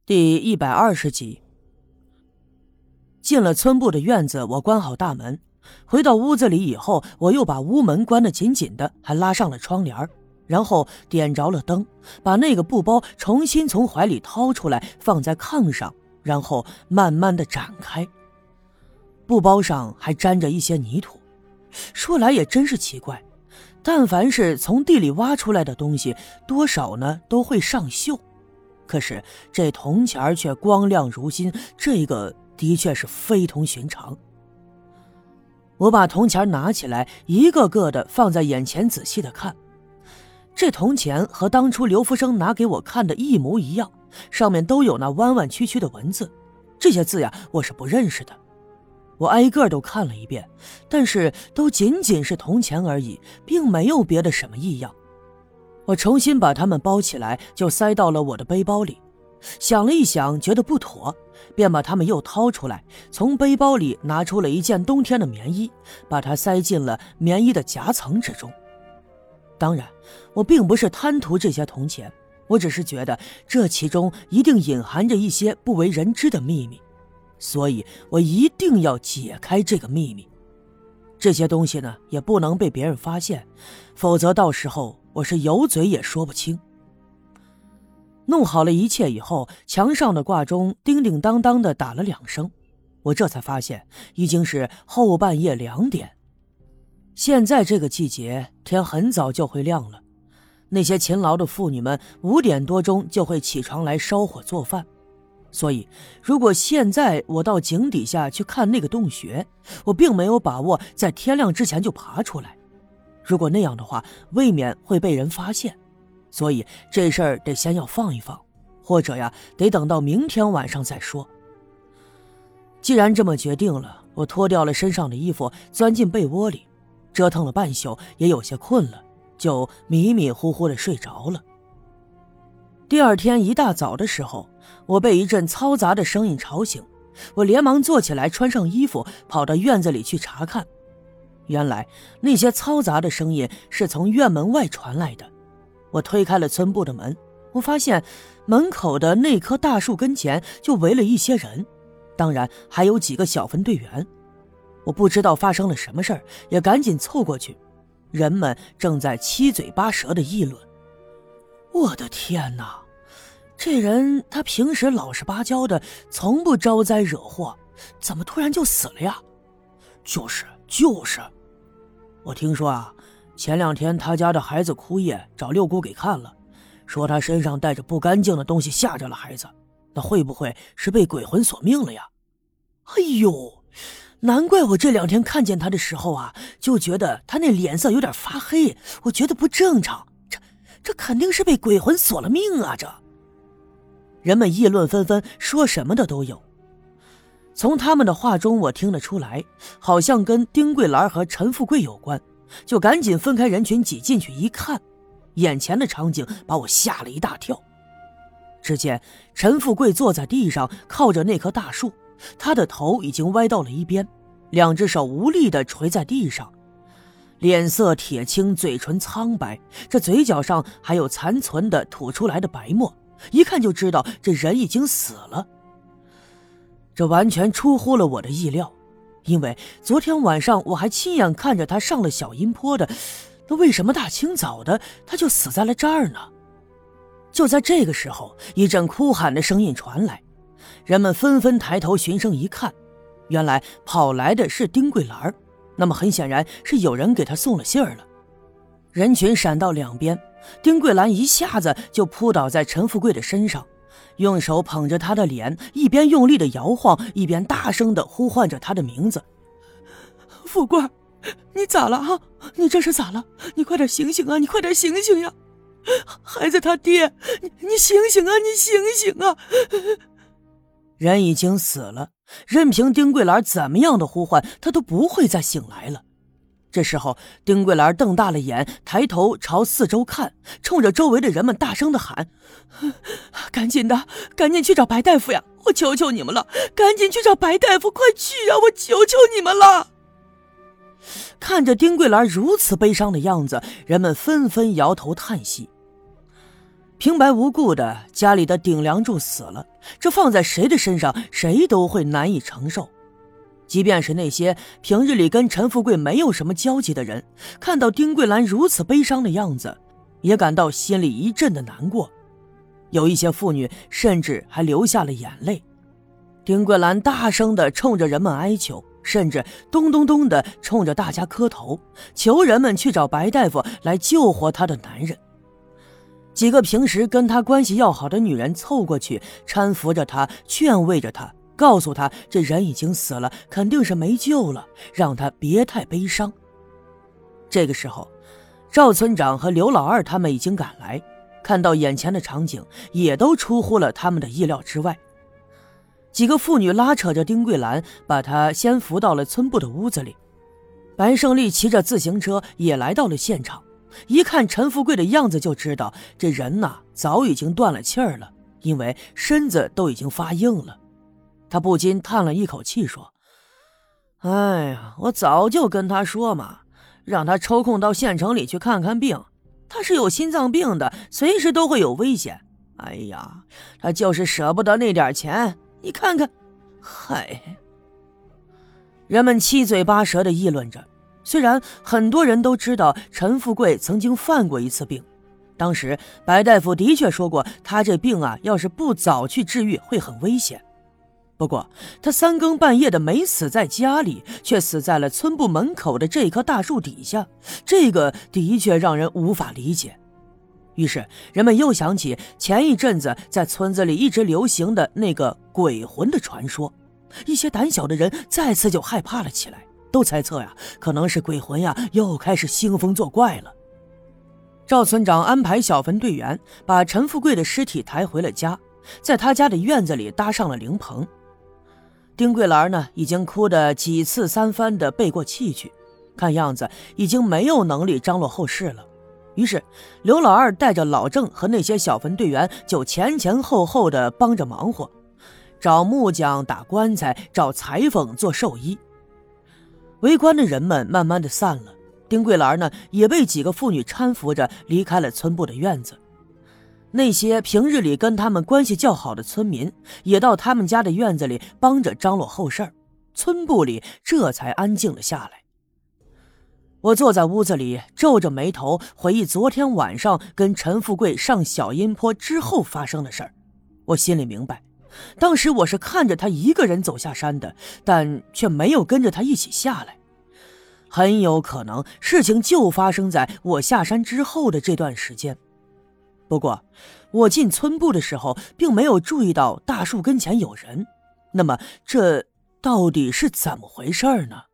第120集。进了村部的院子，我关好大门。回到屋子里以后，我又把屋门关得紧紧的，还拉上了窗帘，然后点着了灯，把那个布包重新从怀里掏出来，放在炕上，然后慢慢地展开。布包上还沾着一些泥土。说来也真是奇怪，但凡是从地里挖出来的东西，多少呢都会上锈。可是这铜钱却光亮如新，这个的确是非同寻常。我把铜钱拿起来，一个个的放在眼前仔细的看。这铜钱和当初刘福生拿给我看的一模一样，上面都有那弯弯曲曲的文字，这些字呀我是不认识的。我挨个都看了一遍，但是都仅仅是铜钱而已，并没有别的什么异样。我重新把它们包起来，就塞到了我的背包里。想了一想，觉得不妥，便把它们又掏出来，从背包里拿出了一件冬天的棉衣，把它塞进了棉衣的夹层之中。当然，我并不是贪图这些铜钱，我只是觉得这其中一定隐含着一些不为人知的秘密，所以我一定要解开这个秘密。这些东西呢，也不能被别人发现，否则到时候我是有嘴也说不清。弄好了一切以后，墙上的挂钟叮叮当当的打了2声，我这才发现已经是后半夜2点。现在这个季节，天很早就会亮了，那些勤劳的妇女们5点多钟就会起床来烧火做饭。所以如果现在我到井底下去看那个洞穴，我并没有把握在天亮之前就爬出来，如果那样的话，未免会被人发现，所以这事儿得先要放一放，或者呀得等到明天晚上再说。既然这么决定了，我脱掉了身上的衣服，钻进被窝里，折腾了半宿，也有些困了，就迷迷糊糊的睡着了。第二天一大早的时候，我被一阵嘈杂的声音吵醒，我连忙坐起来，穿上衣服，跑到院子里去查看。原来那些嘈杂的声音是从院门外传来的。我推开了村部的门，我发现门口的那棵大树跟前就围了一些人，当然还有几个小分队员。我不知道发生了什么事儿，也赶紧凑过去。人们正在七嘴八舌的议论。我的天哪，这人他平时老实巴交的，从不招灾惹祸，怎么突然就死了呀？就是我听说啊，前2天他家的孩子哭夜，找六姑给看了，说他身上带着不干净的东西吓着了孩子，那会不会是被鬼魂索命了呀？哎呦，难怪我这2天看见他的时候啊，就觉得他那脸色有点发黑，我觉得不正常，这肯定是被鬼魂索了命啊！这人们议论纷纷，说什么的都有。从他们的话中我听得出来，好像跟丁桂兰和陈富贵有关，就赶紧分开人群挤进去一看，眼前的场景把我吓了一大跳。只见陈富贵坐在地上，靠着那棵大树，他的头已经歪到了一边，2只手无力地垂在地上，脸色铁青，嘴唇苍白，这嘴角上还有残存的吐出来的白沫，一看就知道这人已经死了。这完全出乎了我的意料，因为昨天晚上我还亲眼看着他上了小阴坡的，那为什么大清早的他就死在了这儿呢？就在这个时候，一阵哭喊的声音传来，人们纷纷抬头循声一看，原来跑来的是丁桂兰，那么很显然是有人给他送了信儿了。人群闪到两边，丁桂兰一下子就扑倒在陈富贵的身上，用手捧着他的脸，一边用力的摇晃，一边大声的呼唤着他的名字。富贵，你咋了啊？你这是咋了？你快点醒醒啊！你快点醒醒呀！孩子他爹，你醒醒啊！你醒醒啊！人已经死了，任凭丁桂兰怎么样的呼唤，他都不会再醒来了。这时候丁桂兰瞪大了眼，抬头朝四周看，冲着周围的人们大声的喊：赶紧去找白大夫呀！我求求你们了，赶紧去找白大夫，快去啊！我求求你们了！看着丁桂兰如此悲伤的样子，人们纷纷摇头叹息。 平白无故的家里的顶梁柱死了，这放在谁的身上谁都会难以承受。即便是那些平日里跟陈富贵没有什么交集的人，看到丁桂兰如此悲伤的样子，也感到心里一阵的难过。有一些妇女甚至还流下了眼泪。丁桂兰大声地冲着人们哀求，甚至咚咚咚地冲着大家磕头，求人们去找白大夫来救活她的男人。几个平时跟她关系要好的女人凑过去，搀扶着她，劝慰着她，告诉她这人已经死了，肯定是没救了，让她别太悲伤。这个时候，赵村长和刘老二他们已经赶来，看到眼前的场景，也都出乎了他们的意料之外。几个妇女拉扯着丁桂兰，把她先扶到了村部的屋子里。白胜利骑着自行车也来到了现场，一看陈富贵的样子就知道这人呐，早已经断了气儿了，因为身子都已经发硬了。他不禁叹了一口气说：哎呀，我早就跟他说嘛，让他抽空到县城里去看看病，他是有心脏病的，随时都会有危险。哎呀，他就是舍不得那点钱，你看看。嗨，人们七嘴八舌地议论着。虽然很多人都知道陈富贵曾经犯过一次病，当时白大夫的确说过他这病啊，要是不早去治愈会很危险。不过他三更半夜的没死在家里，却死在了村部门口的这棵大树底下，这个的确让人无法理解。于是人们又想起前一阵子在村子里一直流行的那个鬼魂的传说，一些胆小的人再次就害怕了起来，都猜测呀，可能是鬼魂呀又开始兴风作怪了。赵村长安排小分队员把陈富贵的尸体抬回了家，在他家的院子里搭上了灵棚。丁桂兰呢，已经哭得几次三番的背过气去，看样子已经没有能力张罗后事了。于是刘老二带着老郑和那些小分队员就前前后后的帮着忙活，找木匠打棺材，找裁缝做寿衣。围观的人们慢慢的散了，丁桂兰呢也被几个妇女搀扶着离开了村部的院子。那些平日里跟他们关系较好的村民也到他们家的院子里帮着张罗后事，村部里这才安静了下来。我坐在屋子里皱着眉头回忆昨天晚上跟陈富贵上小阴坡之后发生的事儿。我心里明白，当时我是看着他一个人走下山的，但却没有跟着他一起下来。很有可能事情就发生在我下山之后的这段时间。不过我进村部的时候并没有注意到大树跟前有人，那么这到底是怎么回事呢？